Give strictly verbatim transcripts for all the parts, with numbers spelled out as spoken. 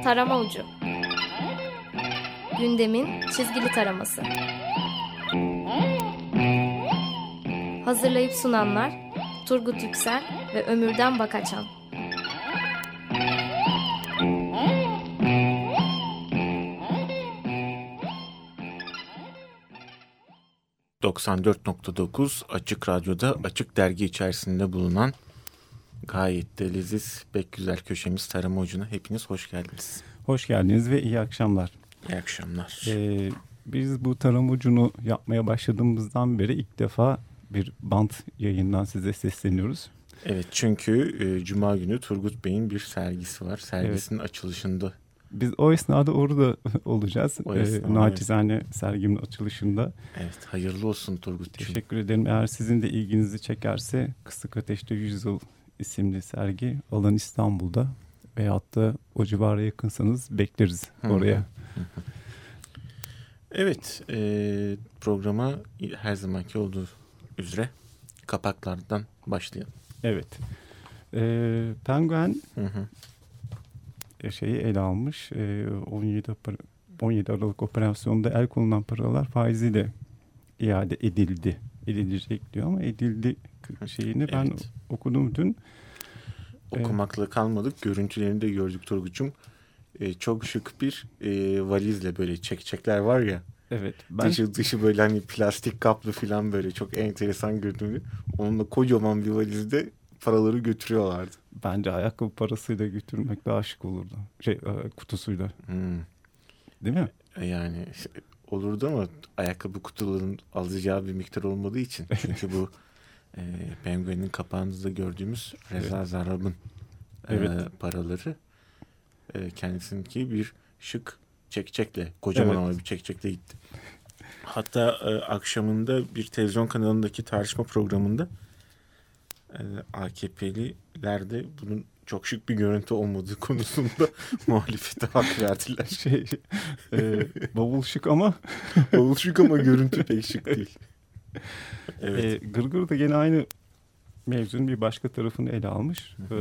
Tarama Ucu. Gündemin çizgili taraması. Hazırlayıp sunanlar Turgut Yüksel ve Ömürden Bakaçan. doksan dört nokta dokuz Açık Radyo'da Açık Dergi içerisinde bulunan gayet de leziz, pek güzel köşemiz Tarama Ucu'na hepiniz hoş geldiniz. Hoş geldiniz ve iyi akşamlar. İyi akşamlar. Ee, biz bu Tarama Ucu'nu yapmaya başladığımızdan beri ilk defa bir bant yayından size sesleniyoruz. Evet, çünkü e, Cuma günü Turgut Bey'in bir sergisi var. Sergisinin evet. açılışında. Biz o esnada orada olacağız. O esnada, ee, naçizane evet. sergimin açılışında. Evet, hayırlı olsun Turgut'cığım. Teşekkür ederim. Eğer sizin de ilginizi çekerse Kısık Ateş'te yüz yıl isimli sergi Alan İstanbul'da veyahut da o civara yakınsanız bekleriz oraya. Evet, e, programa her zamanki olduğu üzere kapaklardan başlayalım. Evet. E, Penguen hı hı. şeyi ele almış. E, on yedi, on yedi Aralık operasyonunda el konulan paralar faiziyle iade edildi. Edilecek diyor ama edildi şeyini ben evet. okudum dün. Okumakla kalmadık. Görüntülerini de gördük Turgut'cum. Ee, çok şık bir e, valizle böyle çekçekler var ya. Evet. Ben... Dışı, dışı böyle hani plastik kaplı falan böyle çok enteresan görünüyor. Onunla kocaman bir valizde paraları götürüyorlardı. Bence ayakkabı parasıyla götürmek daha şık olurdu. Şey kutusuyla. Hmm. Değil mi? Yani olurdu ama ayakkabı kutularının alacağı bir miktar olmadığı için. Çünkü bu e, Penguen'in kapağınızda gördüğümüz Reza evet. Zarrab'ın evet. e, paraları e, kendisininki bir şık çekçekle, kocaman evet. ama bir çekçekle gitti. Hatta e, akşamında bir televizyon kanalındaki tartışma programında e, A K P'liler de bunun çok şık bir görüntü olmadığı konusunda muhalefete hak verdiler. Şey, e, bavul şık ama bavul şık ama görüntü pek şık değil. Evet. E, Gırgır da gene aynı mevzunun bir başka tarafını ele almış. E,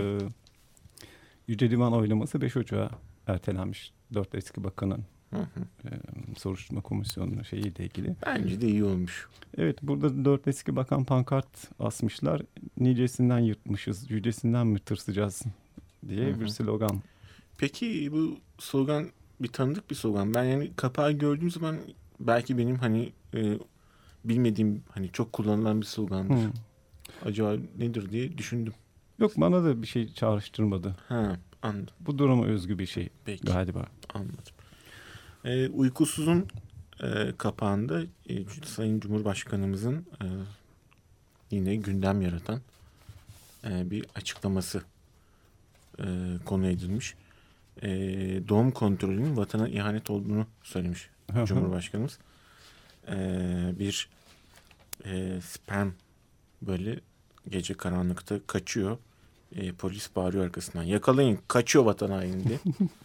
Yüce Divan oylaması beş Ocağı ertelenmiş. Dört eski bakanın hı hı. E, soruşturma komisyonunun şeyiyle ilgili. Bence de iyi olmuş. Evet, burada dört eski bakan pankart asmışlar. Nicesinden yırtmışız, yücesinden mi tırsacağız diye hı hı. bir slogan. Peki bu slogan bir tanıdık bir slogan. Ben yani kapağı gördüğüm zaman belki benim hani e, bilmediğim hani çok kullanılan bir slogandır. Hı. Acaba nedir diye düşündüm. Yok, bana da bir şey çağrıştırmadı. Ha, anladım. Bu duruma özgü bir şey Peki. galiba. Anladım. Ee, Uykusuz'un e, kapağında e, Sayın Cumhurbaşkanımızın e, yine gündem yaratan e, bir açıklaması e, konu edilmiş. E, doğum kontrolünün vatana ihanet olduğunu söylemiş Cumhurbaşkanımız. E, bir e, sperm böyle gece karanlıkta kaçıyor. E, polis bağırıyor arkasından. Yakalayın, kaçıyor vatan haini diye.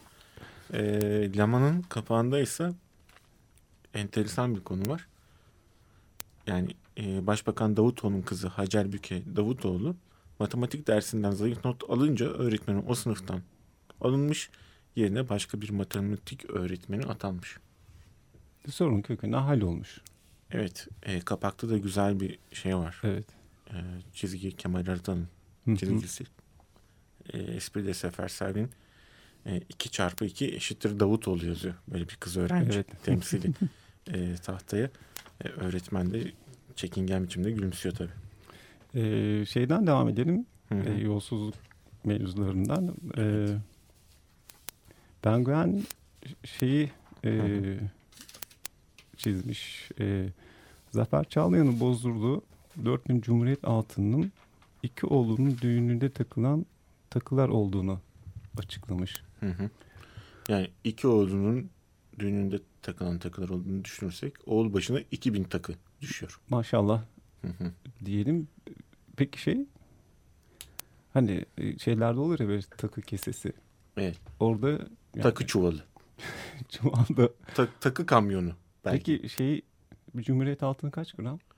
e, Laman'ın kapağında ise enteresan bir konu var. Yani e, Başbakan Davutoğlu'nun kızı Hacer Büke Davutoğlu matematik dersinden zayıf not alınca öğretmenin o sınıftan alınmış, yerine başka bir matematik öğretmeni atanmış. Sorun köküne hallolmuş. Evet, e, kapakta da güzel bir şey var. Evet. E, çizgi Kemal Arıtan'ın çizgisi. E, Espri de Sefer Servin'in e, iki çarpı iki eşittir Davutoğlu yazıyor. Böyle bir kız öğrenci evet. temsili e, tahtaya. E, öğretmen de çekingen biçimde gülümsüyor tabii. Ee, şeyden devam edelim. E, yolsuzluk mevzularından. Evet. E, Penguen şeyi e, çizmiş. E, Zafer Çağlayan'ın bozdurduğu dört bin Cumhuriyet altınının iki oğlunun düğününde takılan takılar olduğunu açıklamış. Hı hı. Yani iki oğlunun düğününde takılan takılar olduğunu düşünürsek oğul başına iki bin takı düşüyor. Maşallah hı hı. diyelim. Peki şey hani şeylerde olur ya böyle takı kesesi. Evet. Orada yani, takı çuvalı. Çuvalda. Ta, takı kamyonu. Belki. Peki şey bir Cumhuriyet altını kaç gram?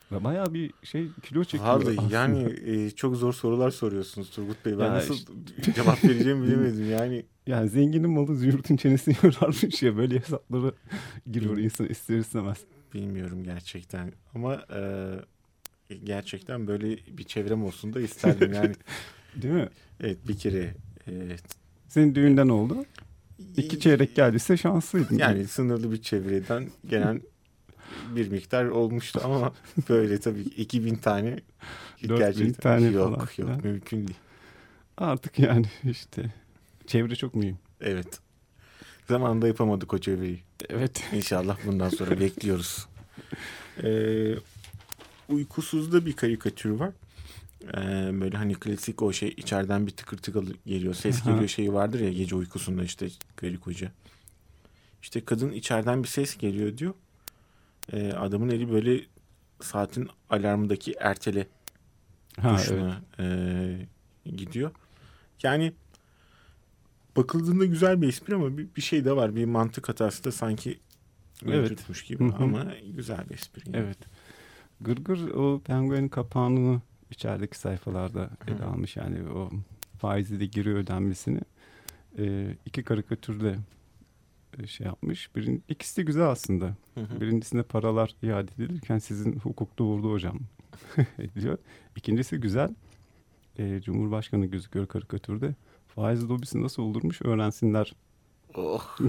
Bayağı bir şey kilo çekiyor Vallahi aslında. yani e, çok zor sorular soruyorsunuz Turgut Bey. Ben Ya nasıl işte- cevap vereceğimi bilemedim yani. Yani zenginin malı züğürtün çenesini yorarmış ya, böyle hesaplara giriyor insan ister istemez. Bilmiyorum gerçekten ama e, gerçekten böyle bir çevrem olsun da isterdim yani. Değil mi? Evet, bir kere e, Senin düğünden oldu. İki çeyrek geldiyse şanslıydın. yani sınırlı bir çevreden gelen bir miktar olmuştu ama böyle tabii iki bin tane Dört bin gerçekten tane yok falan yok filan. mümkün değil. Artık yani işte çevre çok mühim. Evet. Zamanında yapamadık o çevreyi. Evet. İnşallah bundan sonra bekliyoruz. Ee, Uykusuz'da bir karikatür var. Ee, böyle hani klasik o şey içeriden bir tıkır tıkır geliyor. Ses Aha. geliyor şeyi vardır ya gece uykusunda işte karı koca. İşte kadın içeriden bir ses geliyor diyor. Ee, adamın eli böyle saatin alarmındaki ertele Ha, evet. tuşuna ee, gidiyor. Yani bakıldığında güzel bir espri ama bir, bir şey de var. Bir mantık hatası da sanki mevcutmuş gibi Hı hı. ama güzel bir espri. Yani. Evet. Gırgır o penguenin kapağını içerideki sayfalarda ele almış. Yani o faizli de geri ödenmesini e, iki karikatürle e, şey yapmış. Birin, ikisi de güzel aslında. Hı hı. Birincisinde paralar iade edilirken sizin hukukta vurdu hocam diyor. İkincisi güzel. E, Cumhurbaşkanı gözüküyor karikatürde. Faiz lobisi nasıl olurmuş öğrensinler Oh.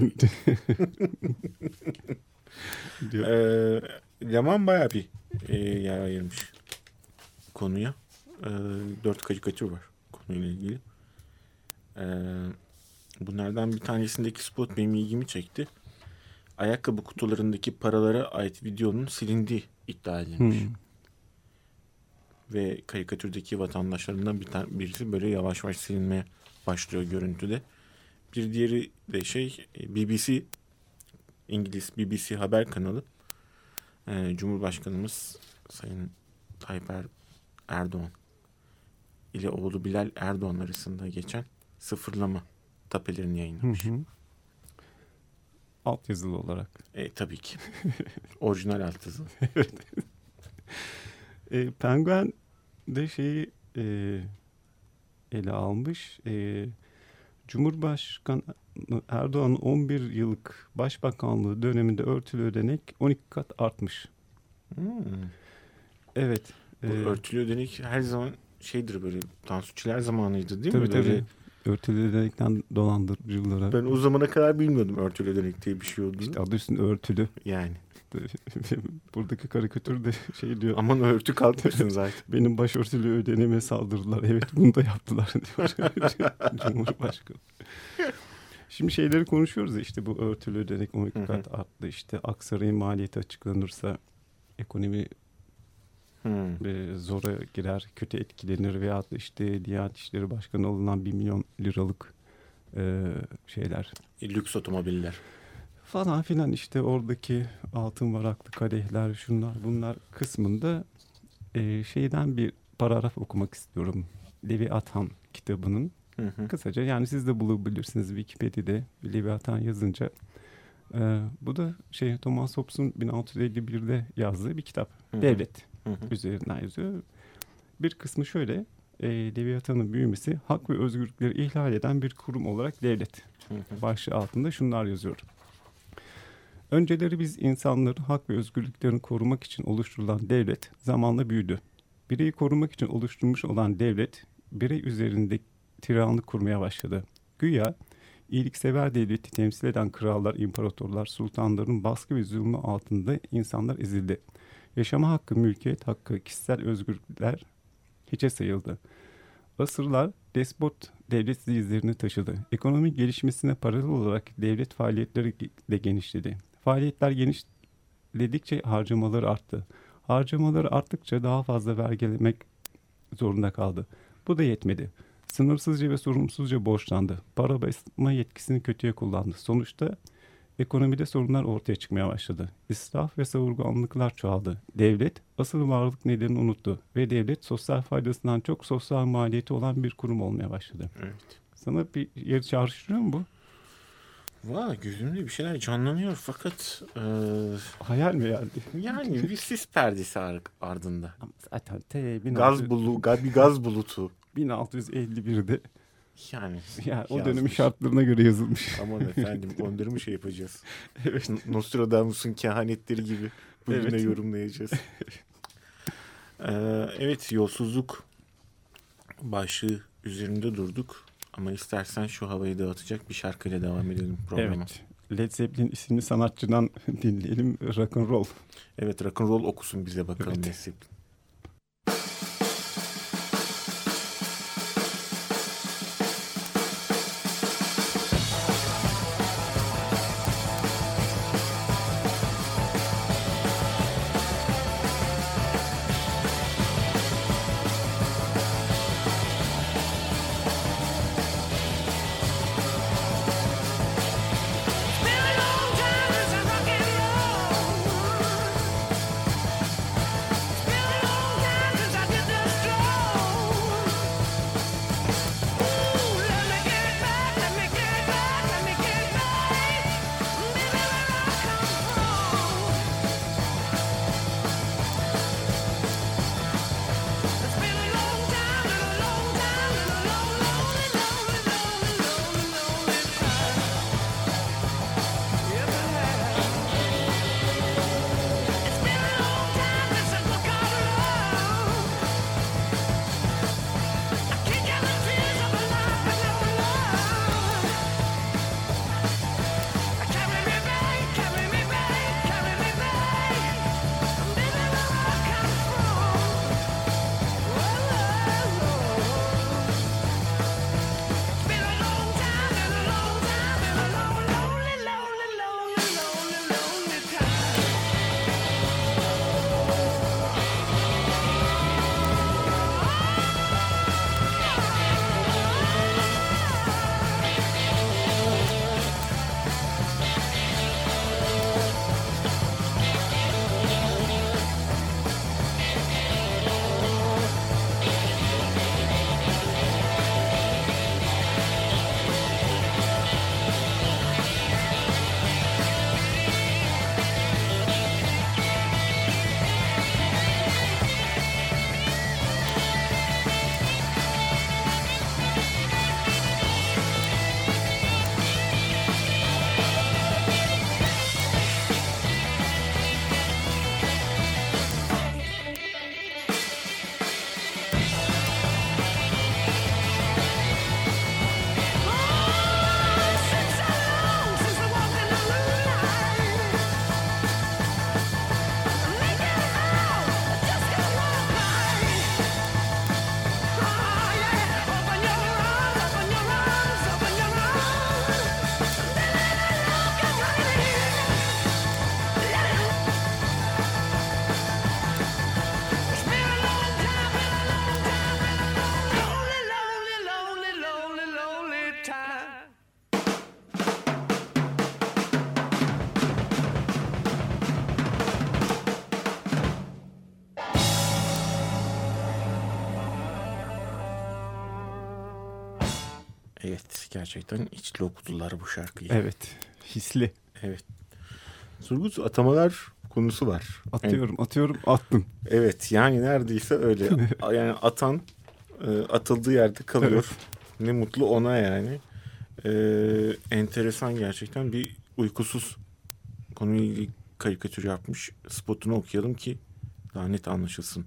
diyor. Ee, Leman bayağı bir e, yer ayırmış konuya. Ee, dört karikatür var konuyla ilgili. Ee, bunlardan bir tanesindeki spot benim ilgimi çekti. Ayakkabı kutularındaki paralara ait videonun silindiği iddia edilmiş. Hmm. Ve karikatürdeki vatandaşlarından bir tane, birisi böyle yavaş yavaş silinmeye başlıyor görüntüde. Bir diğeri de şey B B C, İngiliz B B C haber kanalı. Ee, Cumhurbaşkanımız Sayın Tayyip Er- Erdoğan ile oğlu Bilal Erdoğan arasında geçen sıfırlama tapelerini yayınlamış. Hı hı. Alt yazılı olarak. E, tabii ki. Orijinal alt yazılı. E, Penguen de şeyi e, ele almış. E, Cumhurbaşkanı Erdoğan'ın on bir yıllık başbakanlığı döneminde örtülü ödenek on iki kat artmış. Hmm. Evet. Bu e, örtülü ödenek her zaman şeydir böyle Tansu Çiller zamanıydı değil tabii mi? tabii. Böyle, Örtülü ödenekten dolandırıcılara. ben o zamana kadar bilmiyordum örtülü ödenek diye bir şey olduğunu. İşte adı üstünde örtülü. Yani. Buradaki karikatür de şey diyor. Aman örtü kalkmışsın zaten. Benim başörtülü ödeneme saldırdılar. Evet, bunu da yaptılar diyor Cumhurbaşkanı. Şimdi şeyleri konuşuyoruz ya, işte bu örtülü ödenek on iki kat arttı. İşte Aksaray'ın maliyeti açıklanırsa ekonomi Hmm. e, zora girer, kötü etkilenir veya da işte Diyanet İşleri Başkanı alınan bir milyon liralık e, şeyler E, lüks otomobiller. falan filan, işte oradaki altın varaklı kadehler, şunlar bunlar kısmında e, şeyden bir paragraf okumak istiyorum. Leviathan kitabının. Hı hı. Kısaca, yani siz de bulabilirsiniz Wikipedia'da bir Leviathan yazınca. E, bu da şey Thomas Hobbes'un bin altı yüz elli birde yazdığı bir kitap. Hı hı. Devlet Hı hı. üzerinden yazıyor. Bir kısmı şöyle. E, Leviathan'ın büyümesi hak ve özgürlükleri ihlal eden bir kurum olarak devlet Hı hı. başlığı altında şunlar yazıyor. Önceleri biz insanların hak ve özgürlüklerini korumak için oluşturulan devlet zamanla büyüdü. Bireyi korumak için oluşturulmuş olan devlet, birey üzerinde tiranlık kurmaya başladı. Güya iyiliksever devleti temsil eden krallar, imparatorlar, sultanların baskı ve zulmü altında insanlar ezildi. Yaşama hakkı, mülkiyet hakkı, kişisel özgürlükler hiçe sayıldı. Asırlar despot devlet izlerini taşıdı. Ekonomik gelişmesine paralel olarak devlet faaliyetleri de genişledi. Faaliyetler genişledikçe harcamaları arttı. Harcamaları arttıkça daha fazla vergilemek zorunda kaldı. Bu da yetmedi. Sınırsızca ve sorumsuzca borçlandı. Para basma yetkisini kötüye kullandı. Sonuçta ekonomide sorunlar ortaya çıkmaya başladı. İsraf ve savurganlıklar çoğaldı. Devlet asıl varlık nedenini unuttu ve devlet sosyal faydasından çok sosyal maliyeti olan bir kurum olmaya başladı. Evet. Sana bir yer çağrıştırıyor mu bu? Valla gözümde bir şeyler canlanıyor fakat e, Hayal mi geldi? yani bir sis perdesi ar- ardında. Zaten T bin altı yüz, Gaz bulu, ga- bir gaz bulutu. bin altı yüz elli birde Yani yani o yazmış. dönemin şartlarına göre yazılmış. Aman efendim onları mı şey yapacağız? Evet. Nostradamus'un kehanetleri gibi bugüne Evet. yorumlayacağız. ee, evet yolsuzluk başlığı üzerinde durduk. Ama istersen şu havayı dağıtacak bir şarkıyla devam edelim programa. Evet. Led Zeppelin isimli sanatçıdan dinleyelim Rock and Roll. Evet rock and roll okusun bize bakalım. Evet. Led Zeppelin. Evet gerçekten içli okudular bu şarkıyı. Evet. Hisli. Evet. Turgut atamalar konusu var. Atıyorum yani, atıyorum attım. Evet yani neredeyse öyle. Yani atan e, atıldığı yerde kalıyor. Evet. Ne mutlu ona yani. E, enteresan gerçekten bir uykusuz konuyla ilgili karikatür yapmış. Spotunu okuyalım ki daha net anlaşılsın.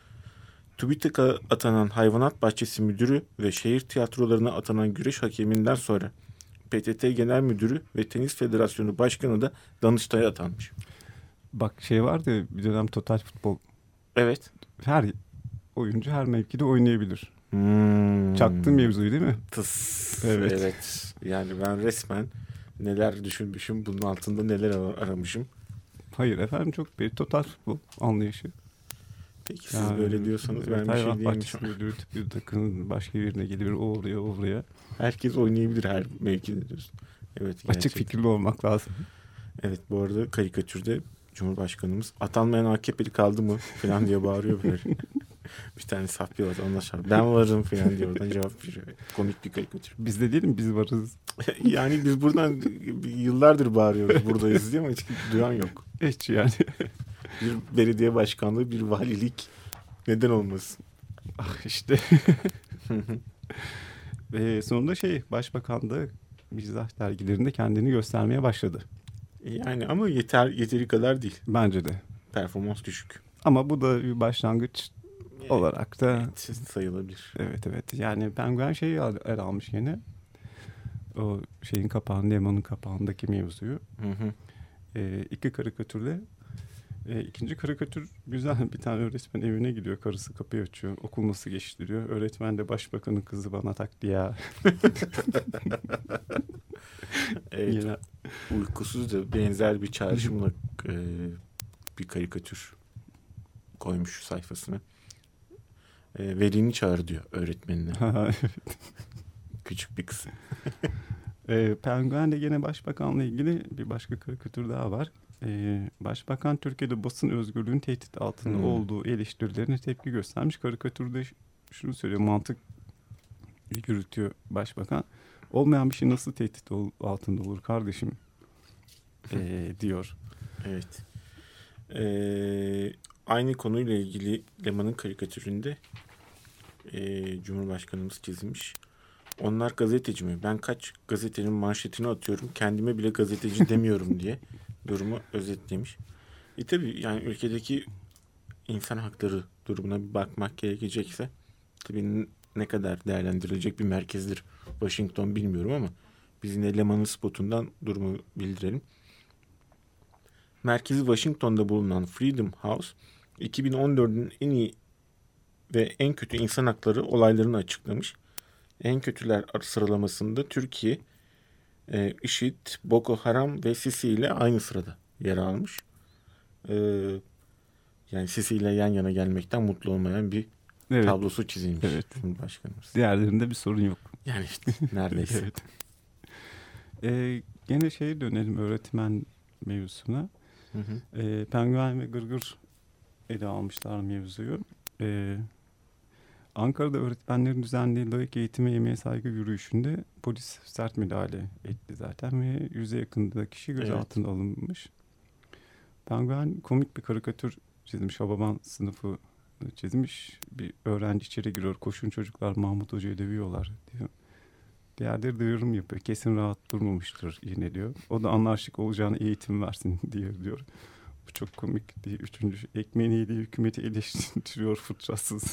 TÜBİTAK'a atanan hayvanat bahçesi müdürü ve şehir tiyatrolarına atanan güreş hakeminden sonra P T T Genel Müdürü ve Tenis Federasyonu Başkanı da Danıştay'a atanmış. Bak şey vardı bir dönem Total Futbol. Evet. Her oyuncu her mevkide oynayabilir. Hmm. Çaktığım mevzuyu değil mi? Tıs. Evet. Evet. Yani ben resmen neler düşünmüşüm, bunun altında neler aramışım. Hayır efendim çok bir Total Futbol anlayışı. Peki siz yani, böyle diyorsanız evet, ben bir şey diyemeyeceğim. Müdürü bir takımın başka birine gelir o oraya o oraya. Herkes oynayabilir her mevkide diyorsun. Evet, açık gerçekten. Fikirli olmak lazım. Evet bu arada karikatürde Cumhurbaşkanımız atanmayan A K P'li kaldı mı falan diye bağırıyor böyle. Bir tane sahbi var onunla şarkı. Ben varım falan diye oradan cevap veriyor. Komik bir karikatür. Biz de değil mi? Biz varız. Yani biz buradan yıllardır bağırıyoruz buradayız diye ama hiç duyan yok. Hiç yani. Bir belediye başkanlığı, bir valilik neden olmasın? Ah işte. Ve sonunda şey başbakan da mizah dergilerinde kendini göstermeye başladı. Yani ama yeter yeteri kadar değil. Bence de. Performans düşük. Ama bu da bir başlangıç olarak da evet, sayılabilir. Evet evet. Yani Penguen şeyi el almış yine. O şeyin kapağında, Leman'ın kapağındaki mevzuyu. Hı hı. E, iki karikatürle. E, ikinci karikatür güzel. Bir tane öğretmen evine gidiyor. Karısı kapıyı açıyor. Okul nasıl geçtiriyor. Öğretmen de başbakanın kızı bana taktı ya. Evet. Yine. Uykusuz da benzer bir çağrışımla e, bir karikatür koymuş sayfasına. E, velini çağır diyor öğretmenine. Küçük bir kız. e, Penguen'de gene başbakanla ilgili bir başka karikatür daha var. E, Başbakan Türkiye'de basın özgürlüğünün tehdit altında hmm. olduğu eleştirilerine tepki göstermiş. Karikatürde şunu söylüyor, mantık yürütüyor başbakan. Olmayan bir şey nasıl tehdit altında olur kardeşim e, diyor. Evet. Ee, aynı konuyla ilgili Leman'ın karikatüründe e, Cumhurbaşkanımız çizmiş. Onlar gazeteci mi? Ben kaç gazetenin manşetini atıyorum. Kendime bile gazeteci demiyorum diye durumu özetlemiş. E tabii yani ülkedeki insan hakları durumuna bir bakmak gerekecekse tabii ne kadar değerlendirilecek bir merkezdir Washington bilmiyorum ama biz yine Leman'ın spotundan durumu bildirelim. Merkezi Washington'da bulunan Freedom House iki bin on dördün en iyi ve en kötü insan hakları olaylarını açıklamış. En kötüler sıralamasında Türkiye, e, IŞİD, Boko Haram ve Sisi ile aynı sırada yer almış. E, yani Sisi ile yan yana gelmekten mutlu olmayan bir evet. tablosu çizilmiş. Evet. Cumhurbaşkanımız. Diğerlerinde bir sorun yok. Yani işte neredeyse. evet. E, gene şeye dönelim öğretmen mevzusuna. Hı hı. E, Penguen ve Gırgır ele almışlar mevzuyu. E, Ankara'da öğretmenlerin düzenlediği layık eğitime, emeğe saygı yürüyüşünde polis sert müdahale etti zaten ve yüze yakında kişi gözaltına evet. alınmış. Penguen komik bir karikatür çizmiş. Hababam sınıfı çizmiş. Bir öğrenci içeri giriyor. Koşun çocuklar Mahmut Hoca'yı dövüyorlar diyor. Diğerleri de yorum yapıyor. Kesin rahat durmamıştır yine diyor. O da anarşik olacağını eğitim versin diye diyor. Bu çok komik diye. Üçüncü ekmeğini yediği hükümeti eleştiriyor fıtratsız.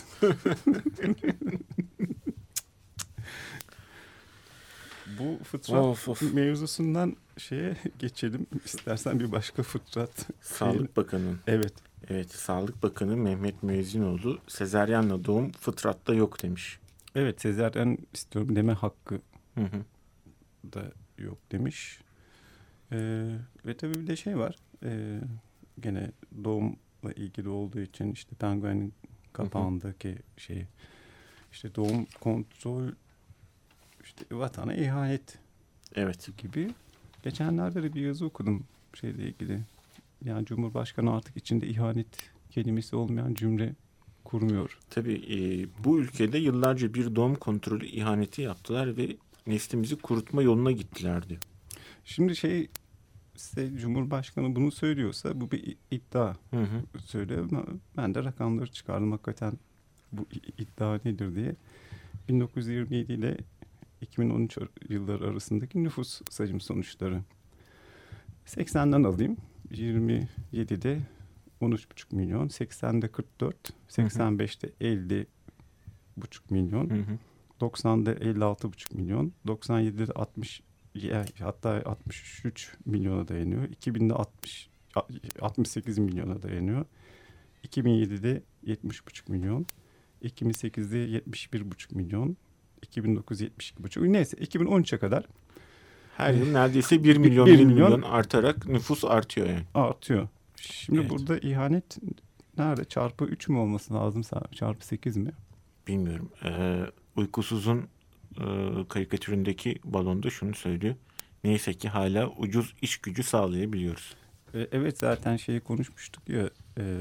Bu fıtrat of, of. mevzusundan şeye geçelim. İstersen bir başka fıtrat. Sağlık şey... Bakanı. Evet. Evet, Sağlık Bakanı Mehmet Müezzinoğlu sezaryenle doğum fıtratta yok demiş. Evet, sezaryen istiyorum deme hakkı hı hı. da yok demiş. Ee, ve tabii bir de şey var. Ee, gene doğumla ilgili olduğu için işte Penguen'in kapağındaki hı hı. şey işte doğum kontrol işte vatana ihanet evet. gibi. Geçenlerde de bir yazı okudum şeyle ilgili. Yani Cumhurbaşkanı artık içinde ihanet kelimesi olmayan cümle kurmuyor. Tabii e, bu ülkede yıllarca bir doğum kontrolü ihaneti yaptılar ve neslimizi kurutma yoluna gittiler diyor. Şimdi şey size Cumhurbaşkanı bunu söylüyorsa bu bir iddia hı hı. söylüyor ama ben de rakamları çıkardım hakikaten bu iddia nedir diye. bin dokuz yüz yirmi yedi ile iki bin on üç yılları arasındaki nüfus sayım sonuçları. seksenden alayım. yirmi yedide on üç buçuk milyon, seksende kırk dört, seksen beşte elli buçuk milyon, hı hı. doksanda elli altı buçuk milyon, doksan yedide altmış hatta altmış üç milyona dayanıyor. iki binde altmış altmış sekiz milyona dayanıyor. iki bin yedide yetmiş buçuk milyon, iki bin sekizde yetmiş bir buçuk milyon, iki bin dokuz yetmiş iki buçuk. Neyse iki bin on üçe kadar her yıl neredeyse bir milyon, bir milyon, milyon artarak nüfus artıyor yani. Artıyor. Şimdi evet. Burada ihanet nerede? Çarpı üç mü olması lazım? Çarpı sekiz mi? Bilmiyorum. Ee, uykusuzun e, karikatüründeki balonda şunu söylüyor. Neyse ki hala ucuz iş gücü sağlayabiliyoruz. E, evet zaten şeyi konuşmuştuk ya e,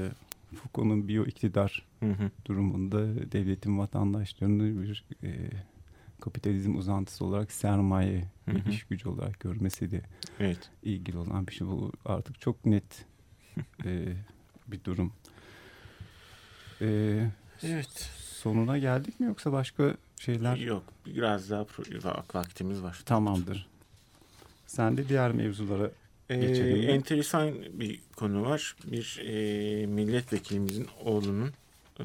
Foucault'un biyo iktidar Hı hı. durumunda devletin vatandaşlarını bir e, kapitalizm uzantısı olarak sermaye Hı ve hı. iş gücü olarak görmesiyle Evet. ilgili olan bir şey. Bu artık çok net e, bir durum. E, Evet. Sonuna geldik mi yoksa başka şeyler? Yok, biraz daha pro- vaktimiz var. Tamamdır. Sen de diğer mevzulara Ee, geçelim mi? enteresan bir konu var. Bir e, milletvekilimizin oğlunun e,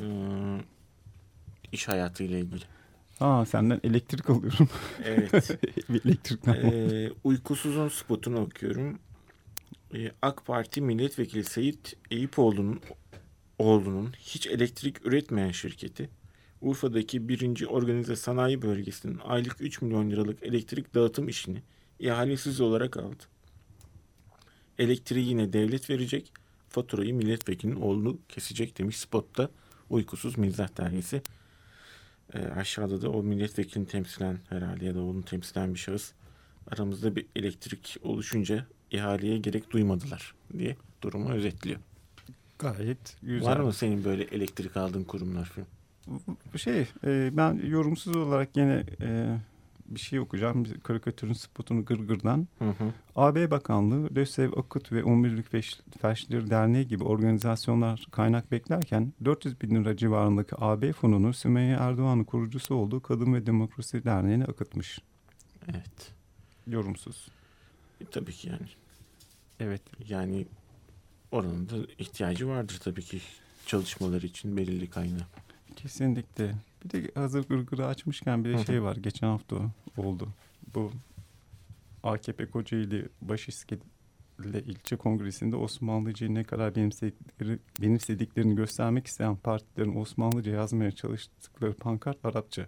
iş hayatıyla ilgili. Aa, senden elektrik alıyorum. Evet. Bir elektrikten. ee, Uykusuzun spotunu okuyorum. Ee, AK Parti milletvekili Seyit Eyüpoğlu'nun oğlunun hiç elektrik üretmeyen şirketi Urfa'daki birinci Organize Sanayi Bölgesi'nin aylık üç milyon liralık elektrik dağıtım işini ihalesiz olarak aldı. Elektriği yine devlet verecek, faturayı milletvekilinin oğlu kesecek demiş spotta Uykusuz Mizah dergisi. E, aşağıda da o milletvekilini temsilen herhalde ya da onu temsilen bir şahıs aramızda bir elektrik oluşunca ihaleye gerek duymadılar diye durumu özetliyor. Gayet güzel. Var mı senin böyle elektrik aldığın kurumlar falan? Bu şey, e, ben yorumsuz olarak yine e, bir şey okuyacağım. Bir karikatürün spotunu Gırgır'dan. Hı hı. A B Bakanlığı, LÖSEV, Akut ve Omurilik Felçlileri Derneği gibi organizasyonlar kaynak beklerken dört yüz bin lira civarındaki A B fonunu Sümeyye Erdoğan'ın kurucusu olduğu Kadın ve Demokrasi Derneği'ne akıtmış. Evet. Yorumsuz. E, tabii ki yani. Evet. Yani oranın da ihtiyacı vardır tabii ki çalışmaları için belirli kaynağı. Kesinlikle. Bir de hazır Gırgır'ı açmışken bir de Hı hı. şey var. Geçen hafta oldu. Bu A K P Kocaeli Başiskele ilçe kongresinde Osmanlıcayı ne kadar benimsedikleri, benimsediklerini göstermek isteyen partilerin Osmanlıca yazmaya çalıştıkları pankart Arapça.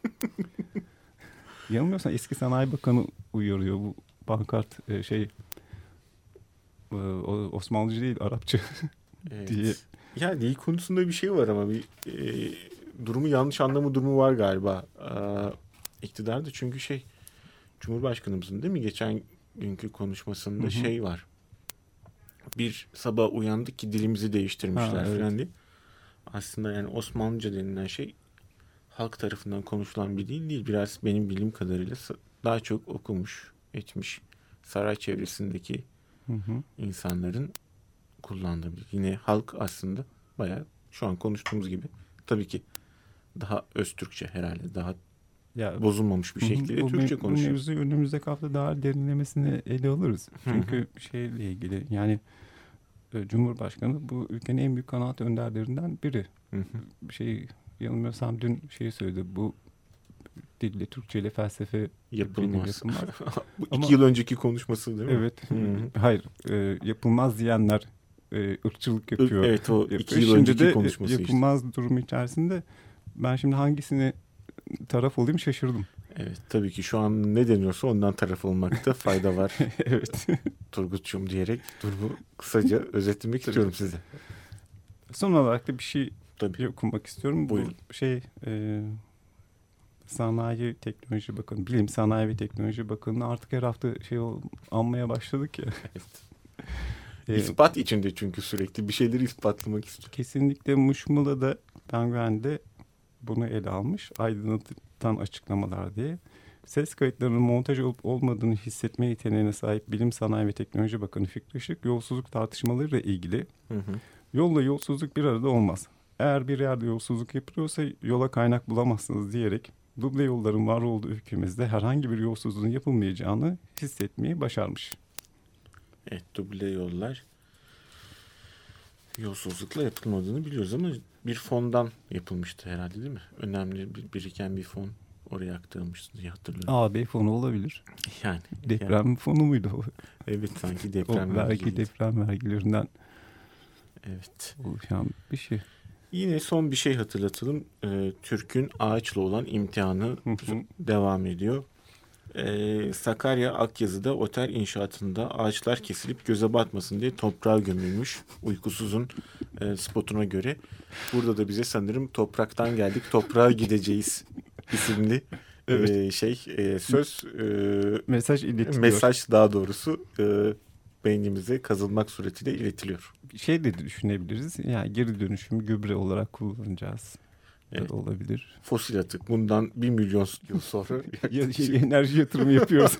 Yanılmıyorsam eski Sanayi Bakanı uyarıyor bu pankart e, şey e, Osmanlıca değil Arapça Evet. diye. Ya dil konusunda bir şey var ama bir e, durumu yanlış anlama durumu var galiba. Ee, iktidarda çünkü şey Cumhurbaşkanımızın değil mi geçen günkü konuşmasında Hı hı. şey var. Bir sabah uyandık ki dilimizi değiştirmişler Ha, evet. falan diye. Aslında yani Osmanlıca denilen şey halk tarafından konuşulan bir dil değil. Biraz benim bildiğim kadarıyla daha çok okumuş, etmiş saray çevresindeki Hı hı. insanların kullandığı bir. Yine halk aslında bayağı şu an konuştuğumuz gibi tabii ki daha Öztürkçe herhalde daha Ya, bozulmamış bir şekilde bu, Türkçe bu konuşuyor. mevzu önümüzdeki hafta daha derinlemesine ele alırız. Çünkü şeyle ilgili yani e, Cumhurbaşkanı bu ülkenin en büyük kanaat önderlerinden biri. Hı hı. Şey yanılmıyorsam dün şeyi söyledi. Bu dille Türkçe ile felsefe Yapılmaz. yapılmaz. Bu Ama- iki yıl önceki konuşması değil mi? Evet. Hı hı. Hayır. e, yapılmaz diyenler e, ırkçılık yapıyor. Evet o yapıyor. iki yıl Şimdi önceki de konuşması işte. yapılmaz durumu içerisinde ben şimdi hangisini taraf olayım şaşırdım. Evet tabii ki şu an ne deniyorsa ondan taraf olmakta fayda var. Evet. Turgut'cum diyerek durumu kısaca özetlemek istiyorum size. Son olarak da bir şey Tabii. okumak istiyorum. Buyurun. Bu şey e, Sanayi Teknoloji Bakanı, Bilim Sanayi ve Teknoloji Bakanı'nı artık her hafta şey ol- anmaya başladık ya. Evet. E, İspat içinde çünkü sürekli bir şeyleri ispatlamak istiyor. Kesinlikle Muşmula'da Penguen'de bunu ele almış. Aydınlatan açıklamalar diye. Ses kayıtlarının montaj olup olmadığını hissetme yeteneğine sahip Bilim Sanayi ve Teknoloji Bakanı Fikri Işık, yolsuzluk tartışmalarıyla ilgili Hı hı. yolla yolsuzluk bir arada olmaz. Eğer bir yerde yolsuzluk yapılıyorsa yola kaynak bulamazsınız diyerek duble yolların var olduğu ülkemizde herhangi bir yolsuzluğun yapılmayacağını hissetmeyi başarmış. Evet duble yollar yolsuzlukla yapılmadığını biliyoruz ama bir fondan yapılmıştı herhalde değil mi? Önemli bir biriken bir fon oraya aktarılmıştı diye hatırlıyorum. A B fonu olabilir. Yani. Deprem yani, fonu muydu o? evet sanki O deprem vergi vergiydi. deprem vergilerinden Evet. oluşan bir şey. Yine son bir şey hatırlatalım. Ee, Türk'ün ağaçla olan imtihanı Hı hı. devam ediyor. Ee, Sakarya Akyazı'da otel inşaatında ağaçlar kesilip göze batmasın diye toprağa gömülmüş. Uykusuzun e, spotuna göre. Burada da bize sanırım topraktan geldik toprağa gideceğiz isimli Evet. e, şey e, söz e, Mesaj iletiliyor. mesaj daha doğrusu e, beynimize kazılmak suretiyle iletiliyor. Şey de düşünebiliriz. Yani geri dönüşüm gübre olarak kullanacağız. Evet. Olabilir. Fosil atık. Bundan bir milyon yıl sonra ya, şey, enerji yatırımı yapıyoruz.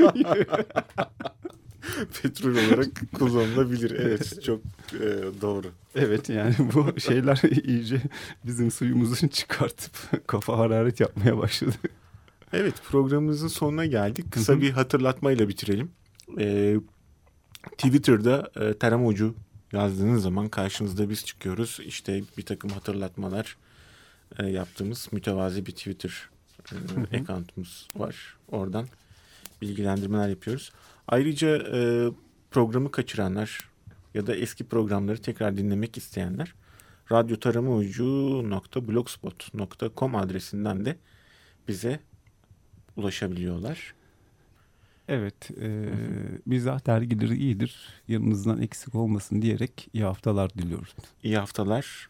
Petrol olarak kullanılabilir. Evet, çok e, doğru. Evet, yani bu şeyler iyice bizim suyumuzu çıkartıp kafa hararet yapmaya başladı. Evet, programımızın sonuna geldik. Kısa bir hatırlatmayla bitirelim. E, Twitter'da e, Tarama Ucu yazdığınız zaman karşınızda biz çıkıyoruz. İşte bir takım hatırlatmalar e, yaptığımız mütevazi bir Twitter e, account'umuz var. Oradan bilgilendirmeler yapıyoruz. Ayrıca e, programı kaçıranlar ya da eski programları tekrar dinlemek isteyenler radyotaramaucu nokta blogspot nokta com adresinden de bize ulaşabiliyorlar. Evet, e, mizah dergileri iyidir. Yanınızdan eksik olmasın diyerek iyi haftalar diliyoruz. İyi haftalar.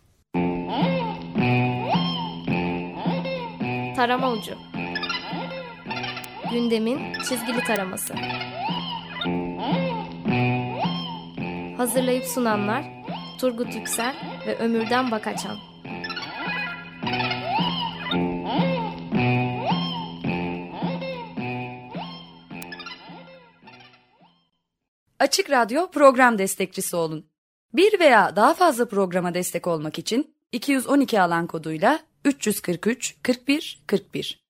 Tarama Ucu. Gündemin çizgili taraması. Hazırlayıp sunanlar Turgut Yüksel ve Ömürden Bakaçan. Açık Radyo program destekçisi olun. Bir veya daha fazla programa destek olmak için iki yüz on iki alan koduyla üç yüz kırk üç kırk bir kırk bir